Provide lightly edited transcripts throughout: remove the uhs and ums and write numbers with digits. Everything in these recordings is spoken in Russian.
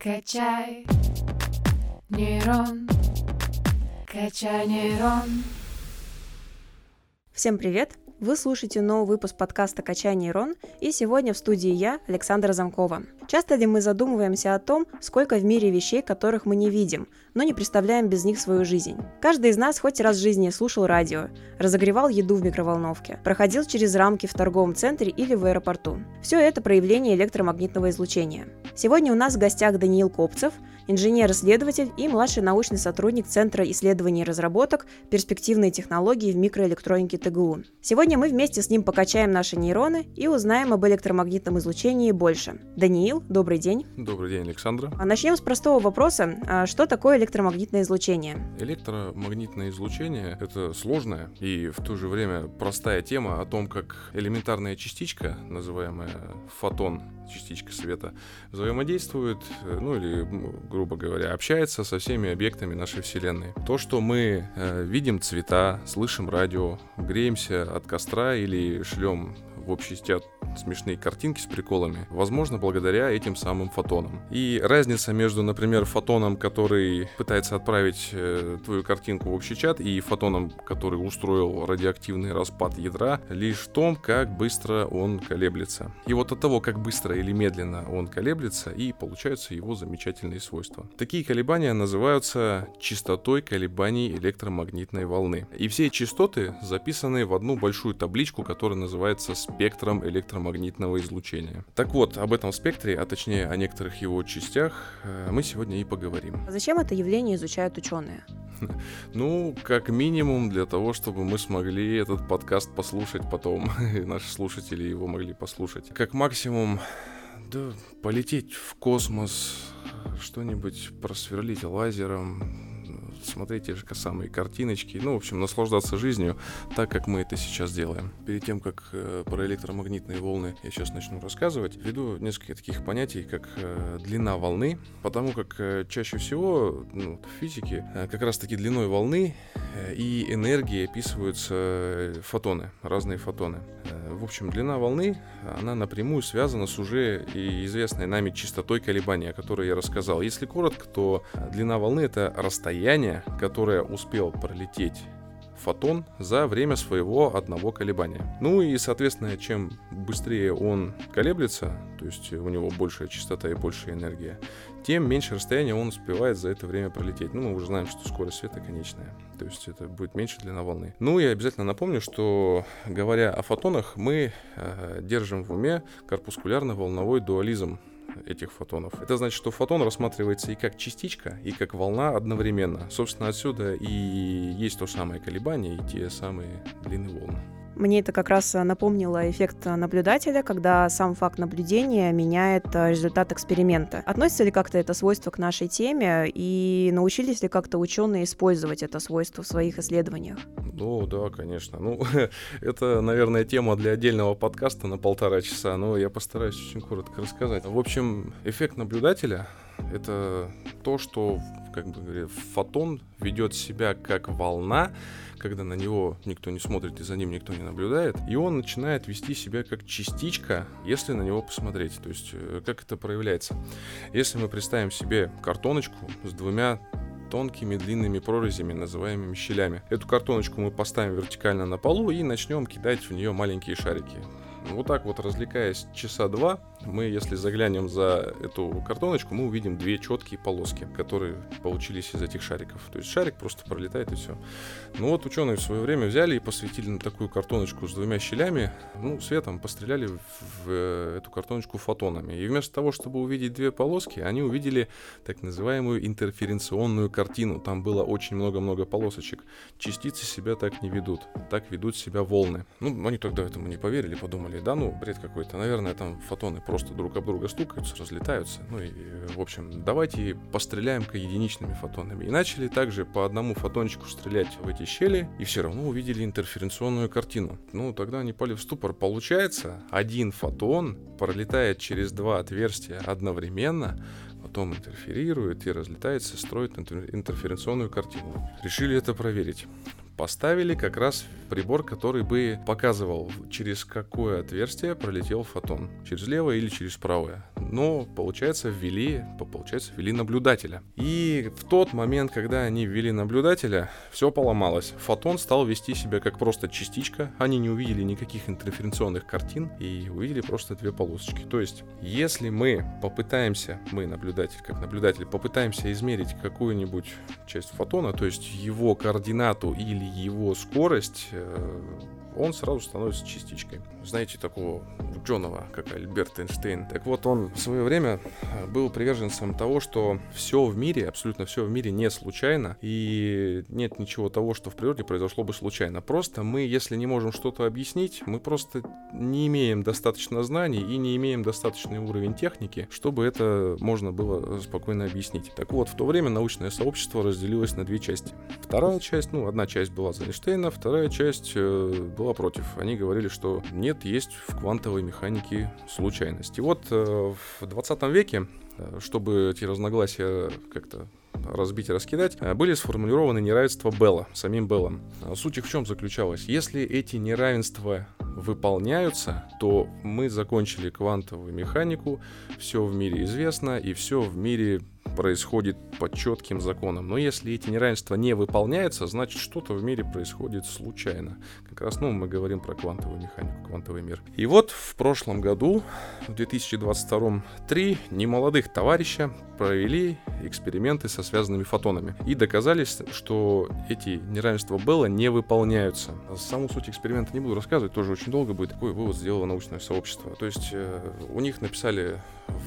Качай нейрон, качай нейрон. Всем привет! Вы слушаете новый выпуск подкаста «Качай нейрон», и сегодня в студии я, Александра Замкова. Часто ли мы задумываемся о том, сколько в мире вещей, которых мы не видим, но не представляем без них свою жизнь? Каждый из нас хоть раз в жизни слушал радио, разогревал еду в микроволновке, проходил через рамки в торговом центре или в аэропорту. Все это проявление электромагнитного излучения. Сегодня у нас в гостях Даниил Копцев, инженер-исследователь и младший научный сотрудник Центра исследований и разработок «Перспективные технологии в микроэлектронике ТГУ». Сегодня мы вместе с ним покачаем наши нейроны и узнаем об электромагнитном излучении больше. Даниил, добрый день. Добрый день, Александра. Начнем с простого вопроса. Что такое электромагнитное излучение? Электромагнитное излучение — это сложная и в то же время простая тема о том, как элементарная частичка, называемая фотон, частичка света, взаимодействует, или, грубо говоря, общается со всеми объектами нашей Вселенной. То, что мы видим цвета, слышим радио, греемся от костра или шлем в общий чат смешные картинки с приколами, возможно, благодаря этим самым фотонам. И разница между, например, фотоном, который пытается отправить твою картинку в общий чат, и фотоном, который устроил радиоактивный распад ядра, лишь в том, как быстро он колеблется. И вот от того, как быстро или медленно он колеблется, и получаются его замечательные свойства. Такие колебания называются частотой колебаний электромагнитной волны. И все частоты записаны в одну большую табличку, которая называется спектром электромагнитного излучения. Так вот, об этом спектре, а точнее о некоторых его частях, мы сегодня и поговорим. Зачем это явление изучают ученые? Как минимум для того, чтобы мы смогли этот подкаст послушать потом, и наши слушатели его могли послушать. Как максимум, полететь в космос, что-нибудь просверлить лазером, смотреть те же самые картиночки, в общем, наслаждаться жизнью так, как мы это сейчас делаем. Перед тем, как про электромагнитные волны я сейчас начну рассказывать, введу несколько таких понятий, как длина волны, потому как чаще всего в физике как раз-таки длиной волны и энергией описываются фотоны, разные фотоны. В общем, длина волны, она напрямую связана с уже известной нами частотой колебания, о которой я рассказал. Если коротко, то длина волны — это расстояние, которое успел пролететь фотон за время своего одного колебания. И, соответственно, чем быстрее он колеблется, то есть у него большая частота и большая энергия, тем меньше расстояния он успевает за это время пролететь. Мы уже знаем, что скорость света конечная, то есть это будет меньше длина волны. Я обязательно напомню, что, говоря о фотонах, мы держим в уме корпускулярно-волновой дуализм этих фотонов. Это значит, что фотон рассматривается и как частичка, и как волна одновременно. Собственно, отсюда и есть то самое колебание, и те самые длины волн. Мне это как раз напомнило эффект наблюдателя, когда сам факт наблюдения меняет результат эксперимента. Относится ли как-то это свойство к нашей теме, и научились ли как-то ученые использовать это свойство в своих исследованиях? Да, конечно. Это, наверное, тема для отдельного подкаста на 1,5 часа, но я постараюсь очень коротко рассказать. В общем, эффект наблюдателя — это то, что, фотон ведет себя как волна, когда на него никто не смотрит и за ним никто не наблюдает, и он начинает вести себя как частичка, если на него посмотреть. То есть, как это проявляется? Если мы представим себе картоночку с двумя тонкими длинными прорезями, называемыми щелями. Эту картоночку мы поставим вертикально на полу и начнем кидать в нее маленькие шарики. Вот так вот, развлекаясь часа 2, мы, если заглянем за эту картоночку, мы увидим 2 четкие полоски, которые получились из этих шариков. То есть шарик просто пролетает и все. Ученые в свое время взяли и посветили на такую картоночку с 2 щелями, светом постреляли в эту картоночку фотонами. И вместо того, чтобы увидеть 2 полоски, они увидели так называемую интерференционную картину. Там было очень много-много полосочек. Частицы себя так не ведут. Так ведут себя волны. Они тогда этому не поверили, подумали, бред какой-то. Наверное, там фотоны просто друг об друга стукаются, разлетаются. В общем, давайте постреляем-ка единичными фотонами. И начали также по одному фотончику стрелять в эти щели, и все равно увидели интерференционную картину. Тогда они пали в ступор. Получается, один фотон пролетает через 2 отверстия одновременно, потом интерферирует и разлетается, строит интерференционную картину. Решили это проверить. поставили как раз прибор, который бы показывал, через какое отверстие пролетел фотон. Через левое или через правое. но, получается, ввели наблюдателя. И в тот момент, когда они ввели наблюдателя, все поломалось. Фотон стал вести себя как просто частичка, они не увидели никаких интерференционных картин и увидели просто две полосочки. То есть, если мы наблюдатель, попытаемся измерить какую-нибудь часть фотона, то есть его координату или его скорость, он сразу становится частичкой. Знаете такого ученого, как Альберт Эйнштейн? Так вот, он в свое время был приверженцем того, что все в мире, абсолютно все в мире не случайно, и нет ничего того, что в природе произошло бы случайно. Просто мы, если не можем что-то объяснить, мы просто не имеем достаточно знаний и не имеем достаточный уровень техники, чтобы это можно было спокойно объяснить. Так вот, в то время научное сообщество разделилось на две части. Вторая часть, одна часть была за Эйнштейна, вторая часть была против. Они говорили, что нет, есть в квантовой механике случайность. И вот в 20 веке, чтобы эти разногласия как-то разбить и раскидать, были сформулированы неравенства Белла, самим Беллом. Суть их в чем заключалась? Если эти неравенства выполняются, то мы закончили квантовую механику, все в мире известно, и все в мире происходит по четким законам. Но если эти неравенства не выполняются, значит, что-то в мире происходит случайно. Как раз, мы говорим про квантовую механику, квантовый мир. И вот в прошлом году, в 2022, 3 немолодых товарища провели эксперименты со связанными фотонами и доказали, что эти неравенства Белла не выполняются. Саму суть эксперимента не буду рассказывать, тоже очень долго будет. Такой вывод сделало научное сообщество. То есть у них написали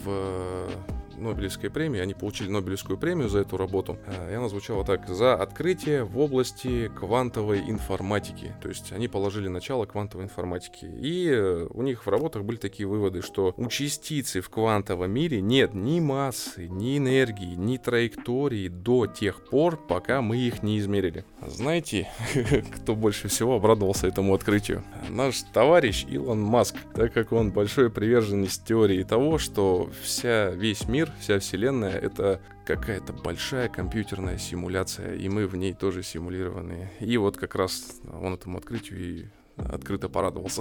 в Нобелевской премии, они получили Нобелевскую премию за эту работу, и она звучала так: за открытие в области квантовой информатики. То есть они положили начало квантовой информатики. И у них в работах были такие выводы, что у частицы в квантовом мире нет ни массы, ни энергии, ни траектории до тех пор, пока мы их не измерили. Знаете, кто больше всего обрадовался этому открытию? Наш товарищ Илон Маск, так как он большой приверженец теории того, что весь мир, вся вселенная — это какая-то большая компьютерная симуляция, и мы в ней тоже симулированы. И вот как раз он этому открытию и открыто порадовался.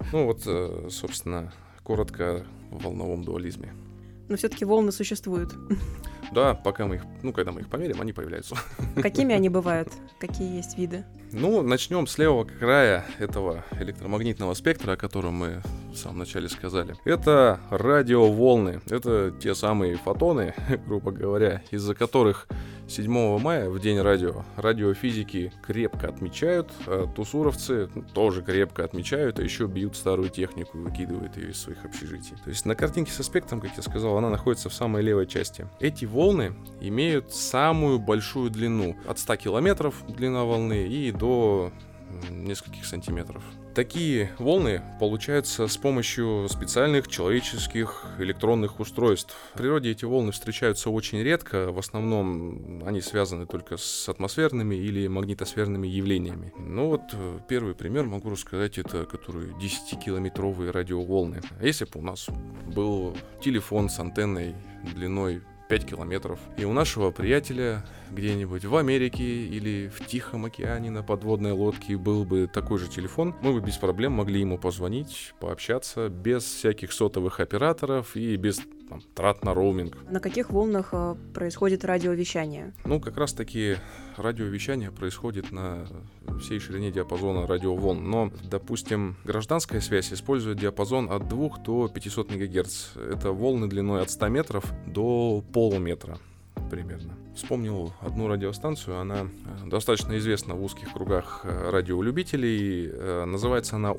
Собственно, коротко о волновом дуализме. Но все-таки волны существуют. Да, пока мы их, когда мы их померим, они появляются. Какими они бывают? Какие есть виды? Начнем с левого края этого электромагнитного спектра, о котором мы в самом начале сказали. Это радиоволны. Это те самые фотоны, грубо говоря, из-за которых 7 мая, в день радиофизики крепко отмечают, а тусуровцы тоже крепко отмечают, а еще бьют старую технику и выкидывают ее из своих общежитий. То есть на картинке со спектром, как я сказал, она находится в самой левой части. Эти волны имеют самую большую длину, от 100 километров длина волны и до нескольких сантиметров. Такие волны получаются с помощью специальных человеческих электронных устройств. В природе эти волны встречаются очень редко, в основном они связаны только с атмосферными или магнитосферными явлениями. Первый пример могу рассказать, это которые 10-километровые радиоволны. Если бы у нас был телефон с антенной длиной 5 километров, и у нашего приятеля где-нибудь в Америке или в Тихом океане на подводной лодке был бы такой же телефон, мы бы без проблем могли ему позвонить, пообщаться, без всяких сотовых операторов и без трат на роуминг. На каких волнах происходит радиовещание? Как раз таки радиовещание происходит на всей ширине диапазона радиоволн. Но, допустим, гражданская связь использует диапазон от 2 до 500 МГц. Это волны длиной от 100 метров до полуметра примерно. Вспомнил одну радиостанцию, она достаточно известна в узких кругах радиолюбителей. Называется она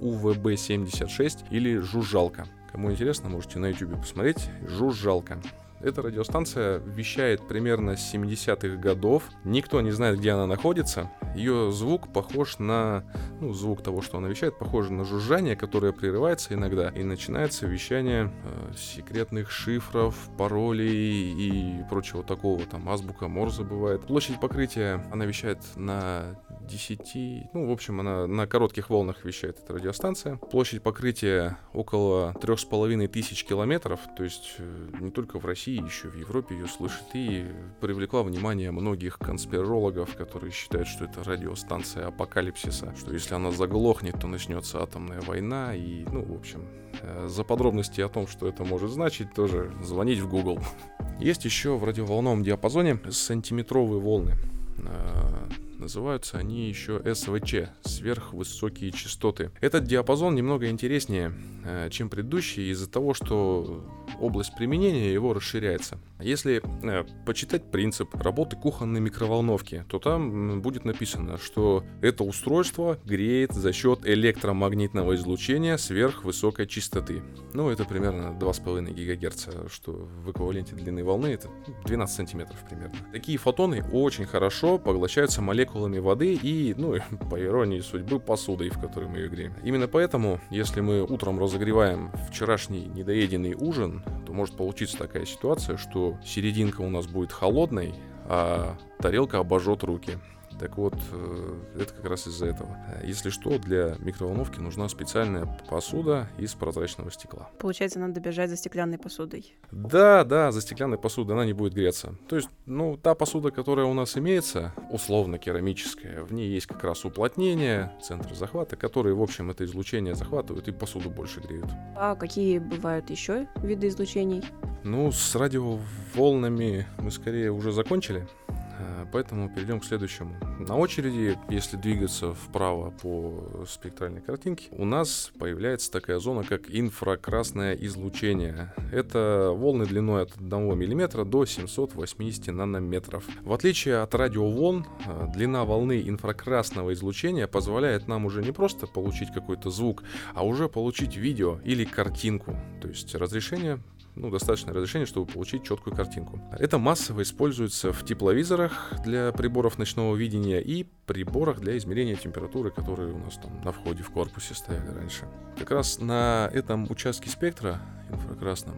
УВБ-76 или «Жужжалка». Кому интересно, можете на YouTube посмотреть. «Жужжалка». Эта радиостанция вещает примерно с 70-х годов. Никто не знает, где она находится. Ее звук похож на... звук того, что она вещает, похож на жужжание, которое прерывается иногда. И начинается вещание секретных шифров, паролей и прочего такого. Там азбука Морзе бывает. Площадь покрытия она вещает на 10, в общем, она на коротких волнах вещает, эта радиостанция. Площадь покрытия около 3500 километров, то есть не только в России, еще в Европе ее слышат, и привлекла внимание многих конспирологов, которые считают, что это радиостанция апокалипсиса, что если она заглохнет, то начнется атомная война, и, в общем, за подробности о том, что это может значить, тоже звонить в Google. Есть еще в радиоволновом диапазоне сантиметровые волны. Называются они еще СВЧ, сверхвысокие частоты. Этот диапазон немного интереснее, чем предыдущий, из-за того, что область применения его расширяется. Если почитать принцип работы кухонной микроволновки, то там будет написано, что это устройство греет за счет электромагнитного излучения сверхвысокой частоты. Это примерно 2,5 ГГц, что в эквиваленте длины волны это 12 сантиметров примерно. Такие фотоны очень хорошо поглощаются молекулами воды и, по иронии судьбы, посудой, в которой мы ее греем. Именно поэтому, если мы утром разогреваем вчерашний недоеденный ужин, то может получиться такая ситуация, что серединка у нас будет холодной, а тарелка обожжет руки. Так вот, это как раз из-за этого. Если что, для микроволновки нужна специальная посуда из прозрачного стекла. Получается, надо бежать за стеклянной посудой. Да, за стеклянной посудой она не будет греться. То есть, та посуда, которая у нас имеется, условно керамическая, в ней есть как раз уплотнение, центры захвата, которые, в общем, это излучение захватывают и посуду больше греют. А какие бывают еще виды излучений? С радиоволнами мы скорее уже закончили. Поэтому перейдем к следующему. На очереди, если двигаться вправо по спектральной картинке, у нас появляется такая зона, как инфракрасное излучение. Это волны длиной от 1 мм до 780 нанометров. В отличие от радиоволн, длина волны инфракрасного излучения позволяет нам уже не просто получить какой-то звук, а уже получить видео или картинку. То есть разрешение, достаточное разрешение, чтобы получить четкую картинку. Это массово используется в тепловизорах для приборов ночного видения и приборах для измерения температуры, которые у нас там на входе в корпусе стояли раньше. Как раз на этом участке спектра инфракрасном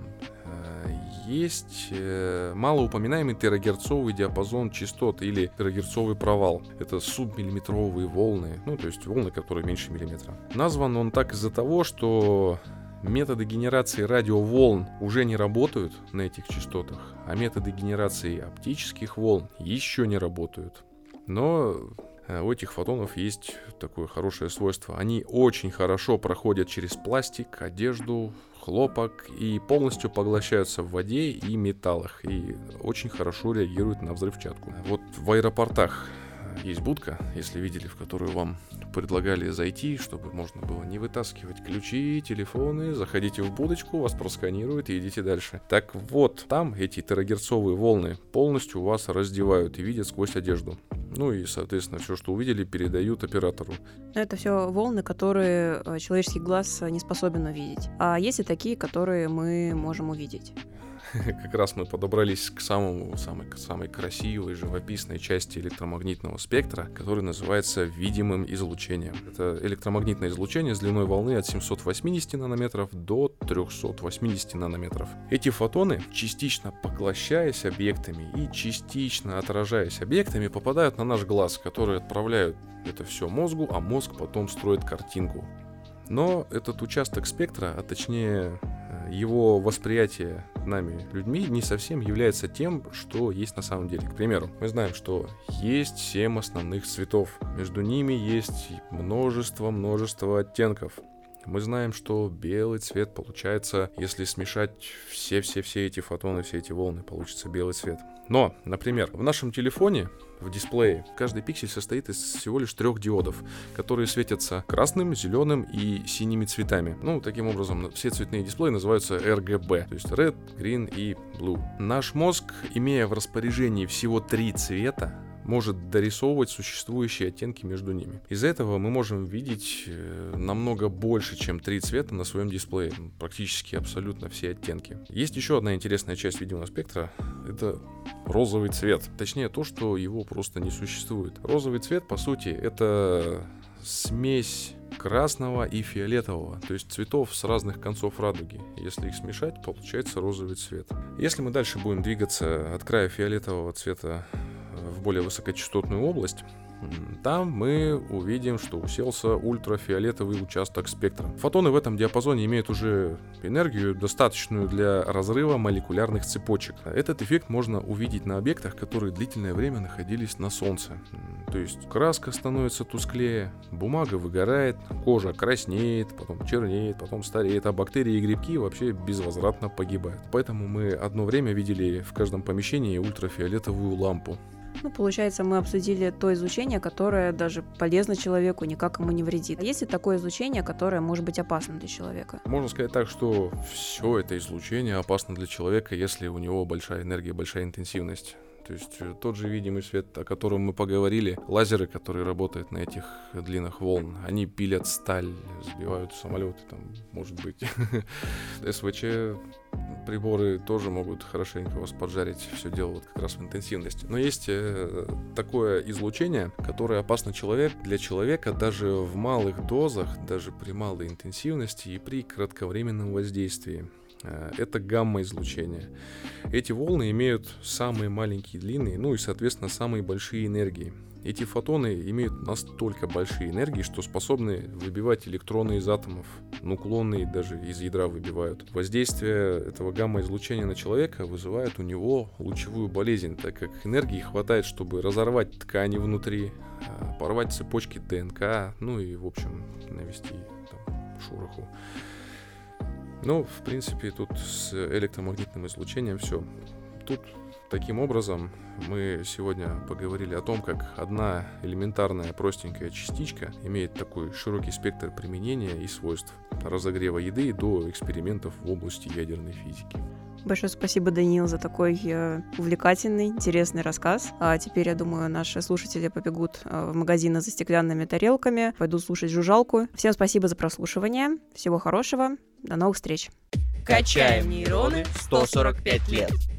есть малоупоминаемый терагерцовый диапазон частот или терагерцовый провал. Это субмиллиметровые волны, то есть волны, которые меньше миллиметра. Назван он так из-за того, что методы генерации радиоволн уже не работают на этих частотах, а методы генерации оптических волн еще не работают. Но у этих фотонов есть такое хорошее свойство. Они очень хорошо проходят через пластик, одежду, хлопок и полностью поглощаются в воде и металлах. И очень хорошо реагируют на взрывчатку. Вот в аэропортах есть будка, если видели, в которую вам предлагали зайти, чтобы можно было не вытаскивать ключи, телефоны, заходите в будочку, вас просканируют и идите дальше. Так вот, там эти терагерцовые волны полностью вас раздевают и видят сквозь одежду. И, соответственно, все, что увидели, передают оператору. Это все волны, которые человеческий глаз не способен увидеть. А есть и такие, которые мы можем увидеть. Как раз мы подобрались к самой красивой, живописной части электромагнитного спектра, который называется видимым излучением. Это электромагнитное излучение с длиной волны от 780 нанометров до 380 нанометров. Эти фотоны, частично поглощаясь объектами и частично отражаясь объектами, попадают на наш глаз, который отправляют это все мозгу, а мозг потом строит картинку. Но этот участок спектра, а точнее его восприятие нами, людьми, не совсем является тем, что есть на самом деле. К примеру, мы знаем, что есть 7 основных цветов. Между ними есть множество оттенков. Мы знаем, что белый цвет получается, если смешать все эти фотоны, все эти волны, получится белый цвет. Но, например, в нашем телефоне, в дисплее, каждый пиксель состоит из всего лишь 3 диодов, которые светятся красным, зеленым и синими цветами. Таким образом, все цветные дисплеи называются RGB, то есть Red, Green и Blue. Наш мозг, имея в распоряжении всего 3 цвета, может дорисовывать существующие оттенки между ними. Из-за этого мы можем видеть намного больше, чем 3 цвета на своем дисплее. Практически абсолютно все оттенки. Есть еще одна интересная часть видимого спектра. Это розовый цвет. Точнее, то, что его просто не существует. Розовый цвет, по сути, это смесь красного и фиолетового, то есть цветов с разных концов радуги. Если их смешать, получается розовый цвет. Если мы дальше будем двигаться от края фиолетового цвета в более высокочастотную область, Там мы увидим, что уселся ультрафиолетовый участок спектра. Фотоны в этом диапазоне имеют уже энергию, достаточную для разрыва молекулярных цепочек. Этот эффект можно увидеть на объектах, которые длительное время находились на Солнце. То есть краска становится тусклее, бумага выгорает, кожа краснеет, потом чернеет, потом стареет, а бактерии и грибки вообще безвозвратно погибают. Поэтому мы одно время видели в каждом помещении ультрафиолетовую лампу. Получается, мы обсудили то излучение, которое даже полезно человеку, никак ему не вредит. А есть ли такое излучение, которое может быть опасным для человека? Можно сказать так, что все это излучение опасно для человека, если у него большая энергия, большая интенсивность. То есть тот же видимый свет, о котором мы поговорили, лазеры, которые работают на этих длинных волн, они пилят сталь, сбивают самолеты, там, может быть. СВЧ приборы тоже могут хорошенько вас поджарить, все дело вот как раз в интенсивности. Но есть такое излучение, которое опасно для человека даже в малых дозах, даже при малой интенсивности и при кратковременном воздействии. Это гамма-излучение. Эти волны имеют самые маленькие длины, и, соответственно, самые большие энергии. Эти фотоны имеют настолько большие энергии, что способны выбивать электроны из атомов. Нуклоны даже из ядра выбивают. Воздействие этого гамма-излучения на человека вызывает у него лучевую болезнь, так как энергии хватает, чтобы разорвать ткани внутри, порвать цепочки ДНК, и, в общем, навести шороху. В принципе, тут с электромагнитным излучением все. Тут таким образом мы сегодня поговорили о том, как одна элементарная простенькая частичка имеет такой широкий спектр применения и свойств разогрева еды до экспериментов в области ядерной физики. Большое спасибо, Даниил, за такой увлекательный, интересный рассказ. А теперь, я думаю, наши слушатели побегут в магазины за стеклянными тарелками, пойдут слушать жужжалку. Всем спасибо за прослушивание. Всего хорошего. До новых встреч. Качаем нейроны 145 лет.